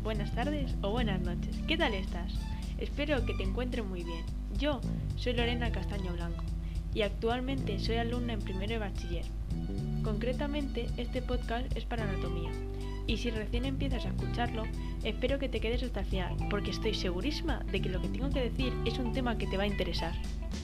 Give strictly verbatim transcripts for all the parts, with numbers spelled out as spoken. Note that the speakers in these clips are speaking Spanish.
buenas tardes o buenas noches. ¿Qué tal estás? Espero que te encuentres muy bien. Yo soy Lorena Castaño Blanco y actualmente soy alumna en primero de bachiller. Concretamente, este podcast es para anatomía. Y si recién empiezas a escucharlo, espero que te quedes hasta el final, porque estoy segurísima de que lo que tengo que decir es un tema que te va a interesar.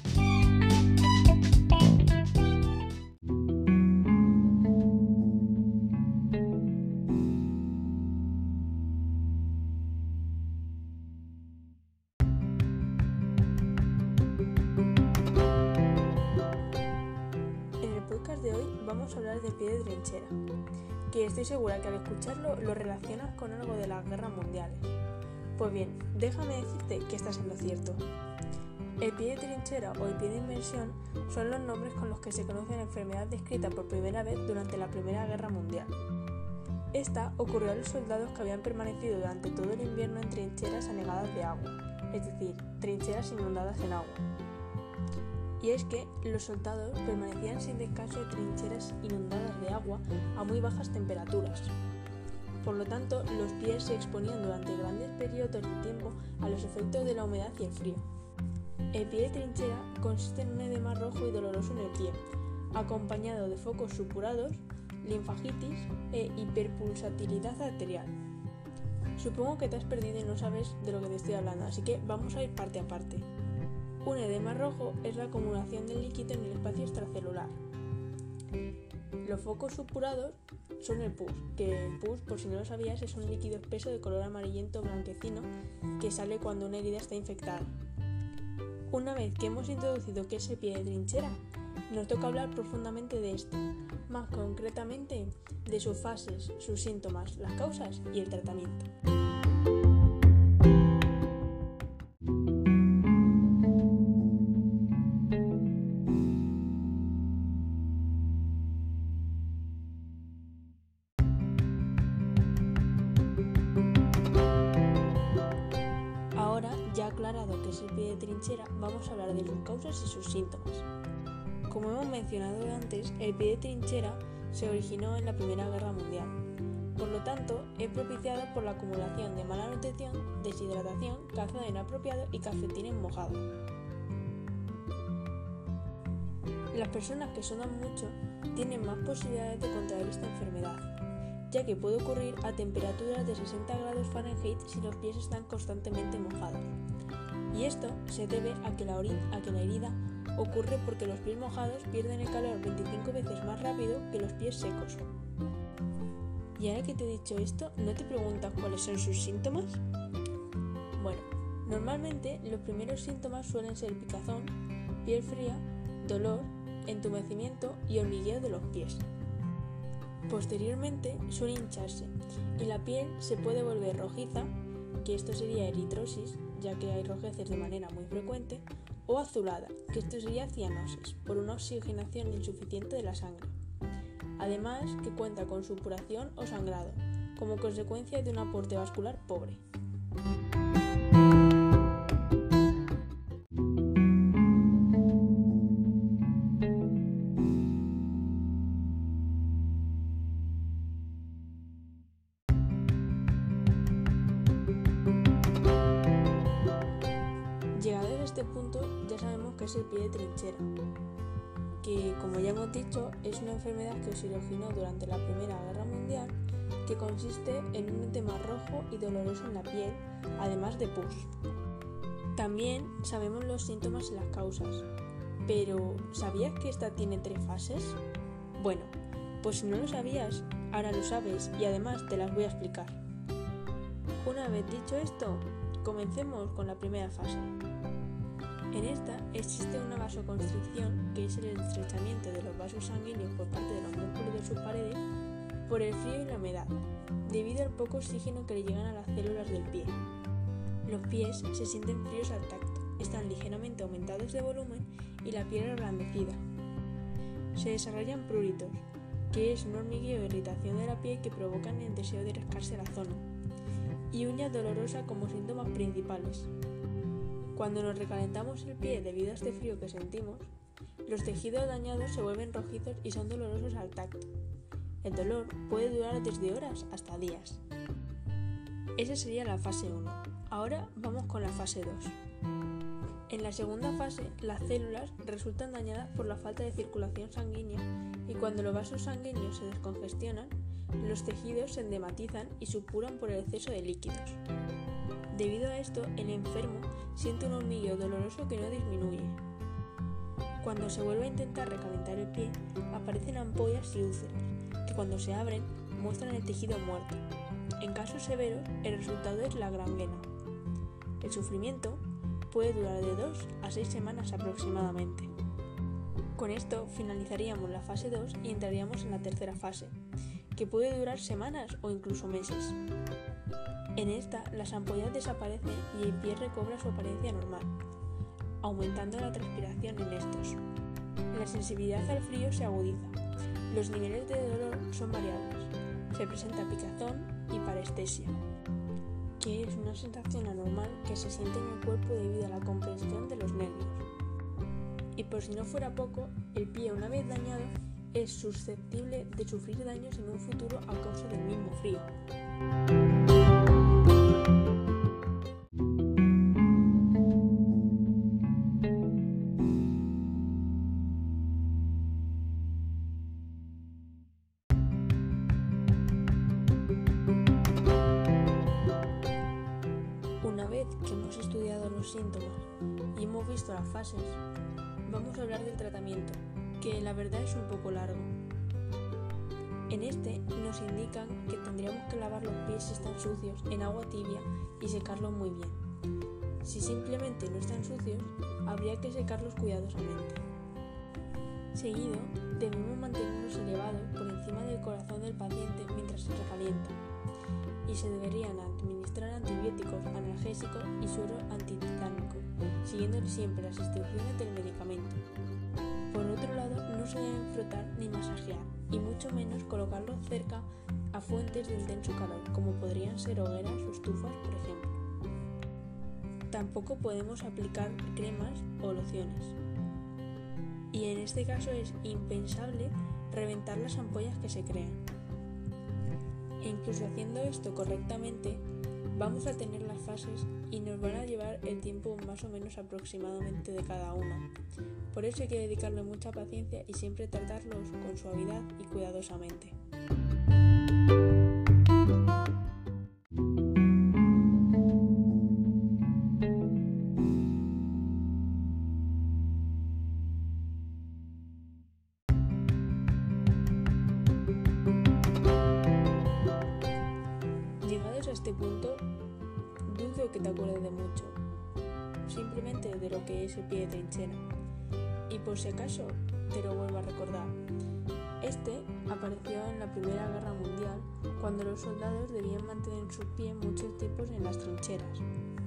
En el podcast de hoy vamos a hablar del pie de trinchera, que estoy segura que al escucharlo lo relacionas con algo de las guerras mundiales. Pues bien, déjame decirte que estás en lo cierto. El pie de trinchera o el pie de inmersión son los nombres con los que se conoce la enfermedad descrita por primera vez durante la Primera Guerra Mundial. Esta ocurrió a los soldados que habían permanecido durante todo el invierno en trincheras anegadas de agua, es decir, trincheras inundadas en agua. Y es que los soldados permanecían sin descanso en trincheras inundadas de agua a muy bajas temperaturas. Por lo tanto, los pies se exponían durante grandes periodos de tiempo a los efectos de la humedad y el frío. El pie de trinchera consiste en un edema rojo y doloroso en el pie, acompañado de focos supurados, linfagitis e hiperpulsatilidad arterial. Supongo que te has perdido y no sabes de lo que te estoy hablando, así que vamos a ir parte a parte. Un edema rojo es la acumulación del líquido en el espacio extracelular. Los focos supurados son el pus, que el pus, por si no lo sabías, es un líquido espeso de color amarillento blanquecino que sale cuando una herida está infectada. Una vez que hemos introducido qué es el pie de trinchera, nos toca hablar profundamente de esto, más concretamente de sus fases, sus síntomas, las causas y el tratamiento. Ahora, ya aclarado que es el pie de trinchera, vamos a hablar de sus causas y sus síntomas. Como hemos mencionado antes, el pie de trinchera se originó en la Primera Guerra Mundial. Por lo tanto, es propiciado por la acumulación de mala nutrición, deshidratación, calzado inapropiado y calcetines mojados. Las personas que sudan mucho tienen más posibilidades de contraer esta enfermedad, ya que puede ocurrir a temperaturas de sesenta grados Fahrenheit si los pies están constantemente mojados. Y esto se debe a que la, ori- a que la herida ocurre porque los pies mojados pierden el calor veinticinco veces más rápido que los pies secos. Y ahora que te he dicho esto, ¿no te preguntas cuáles son sus síntomas? Bueno, normalmente los primeros síntomas suelen ser picazón, piel fría, dolor, entumecimiento y hormigueo de los pies. Posteriormente suele hincharse y la piel se puede volver rojiza, que esto sería eritrosis, ya que hay rojeces de manera muy frecuente, o azulada, que esto sería cianosis, por una oxigenación insuficiente de la sangre. Además, que cuenta con supuración o sangrado, como consecuencia de un aporte vascular pobre. Llegados a este punto, ya sabemos que es el pie de trinchera, que, como ya hemos dicho, es una enfermedad que se originó durante la Primera Guerra Mundial, que consiste en un edema rojo y doloroso en la piel, además de pus. También sabemos los síntomas y las causas, pero ¿sabías que esta tiene tres fases? Bueno, pues si no lo sabías, ahora lo sabes y además te las voy a explicar. Una vez dicho esto, comencemos con la primera fase. En esta existe una vasoconstricción, que es el estrechamiento de los vasos sanguíneos por parte de los músculos de sus paredes por el frío y la humedad, debido al poco oxígeno que le llegan a las células del pie. Los pies se sienten fríos al tacto, están ligeramente aumentados de volumen y la piel reblandecida. Se desarrollan pruritos, que es un hormigueo e irritación de la piel que provocan el deseo de rascarse la zona, y uña dolorosa como síntomas principales. Cuando nos recalentamos el pie debido a este frío que sentimos, los tejidos dañados se vuelven rojizos y son dolorosos al tacto. El dolor puede durar desde horas hasta días. Esa sería la fase uno. Ahora vamos con la fase dos. En la segunda fase, las células resultan dañadas por la falta de circulación sanguínea y cuando los vasos sanguíneos se descongestionan, los tejidos se endematizan y supuran por el exceso de líquidos. Debido a esto, el enfermo siente un hormigueo doloroso que no disminuye. Cuando se vuelve a intentar recalentar el pie, aparecen ampollas y úlceras, que cuando se abren muestran el tejido muerto. En casos severos, el resultado es la gangrena. El sufrimiento puede durar de dos a seis semanas aproximadamente. Con esto finalizaríamos la fase dos y entraríamos en la tercera fase, que puede durar semanas o incluso meses. En esta, las ampollas desaparecen y el pie recobra su apariencia normal, aumentando la transpiración en estos. La sensibilidad al frío se agudiza. Los niveles de dolor son variables. Se presenta picazón y parestesia, que es una sensación anormal que se siente en el cuerpo debido a la compresión de los nervios. Y por si no fuera poco, el pie una vez dañado es susceptible de sufrir daños en un futuro a causa del mismo frío. Una vez que hemos estudiado los síntomas y hemos visto las fases, vamos a hablar del tratamiento, que la verdad es un poco largo. En este nos indican que tendríamos que lavar los pies si están sucios en agua tibia y secarlos muy bien. Si simplemente no están sucios, habría que secarlos cuidadosamente. Seguido, debemos mantenerlos elevados por encima del corazón del paciente mientras se recalienta y se deberían administrar antibióticos, analgésicos y suero antititánico, siguiendo siempre las instrucciones del medicamento. Por otro lado, no se deben frotar ni masajear, y mucho menos colocarlos cerca a fuentes de intenso calor, como podrían ser hogueras o estufas, por ejemplo. Tampoco podemos aplicar cremas o lociones. Y en este caso es impensable reventar las ampollas que se crean. E incluso haciendo esto correctamente, vamos a tener las fases y nos van a llevar el tiempo más o menos aproximadamente de cada una. Por eso hay que dedicarle mucha paciencia y siempre tratarlos con suavidad y cuidadosamente. Llegados a este punto, dudo que te acuerdes de mucho, simplemente de lo que es el pie de trinchera. Y por si acaso, te lo vuelvo a recordar. Este apareció en la Primera Guerra Mundial, cuando los soldados debían mantener sus pies muchos tiempos en las trincheras.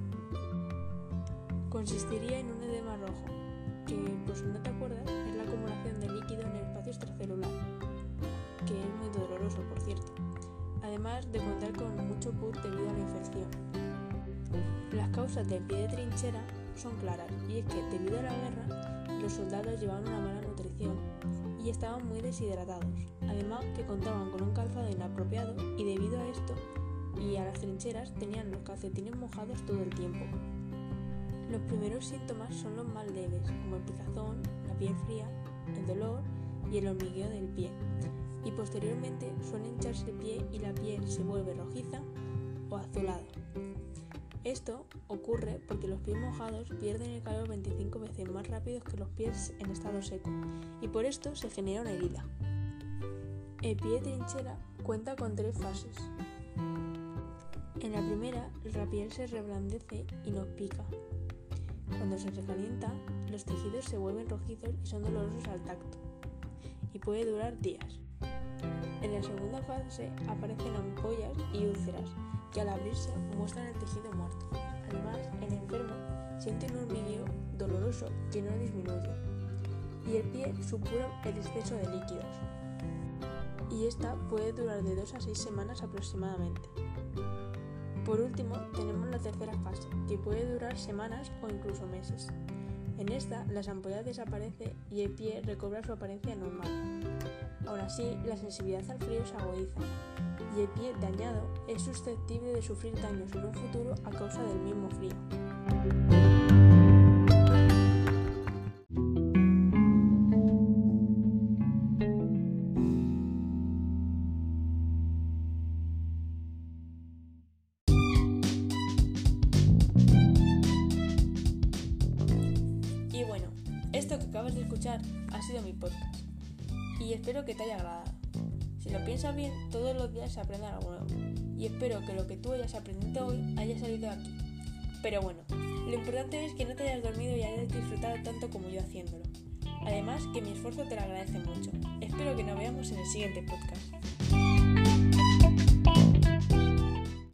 Consistiría en un edema rojo, que, por si no te acuerdas, es la acumulación de líquido en el espacio extracelular, que es muy doloroso, por cierto, además de contar con mucho pus debido a la infección. Las causas del pie de trinchera son claras, y es que, debido a la guerra, los soldados llevaban una mala nutrición y estaban muy deshidratados, además que contaban con un calzado inapropiado y debido a esto y a las trincheras tenían los calcetines mojados todo el tiempo. Los primeros síntomas son los más leves, como el picazón, la piel fría, el dolor y el hormigueo del pie, y posteriormente suele hincharse el pie y la piel se vuelve rojiza o azulada. Esto ocurre porque los pies mojados pierden el calor veinticinco veces más rápido que los pies en estado seco y por esto se genera una herida. El pie de trinchera cuenta con tres fases. En la primera, la piel se reblandece y nos pica. Cuando se recalienta, los tejidos se vuelven rojizos y son dolorosos al tacto y puede durar días. En la segunda fase aparecen ampollas y úlceras que al abrirse muestran el tejido muerto. Además, el enfermo siente un hormigueo doloroso que no disminuye y el pie supura el exceso de líquidos. Y esta puede durar de dos a seis semanas aproximadamente. Por último, tenemos la tercera fase, que puede durar semanas o incluso meses. En esta, las ampollas desaparecen y el pie recobra su apariencia normal. Aún así, la sensibilidad al frío se agudiza y el pie dañado es susceptible de sufrir daños en un futuro a causa del mismo frío. Y bueno, esto que acabas de escuchar ha sido mi podcast y espero que te haya agradado. Si lo piensas bien, todos los días se aprende algo nuevo y espero que lo que tú hayas aprendido hoy haya salido de aquí. Pero bueno, lo importante es que no te hayas dormido y hayas disfrutado tanto como yo haciéndolo. Además, que mi esfuerzo te lo agradece mucho. Espero que nos veamos en el siguiente podcast.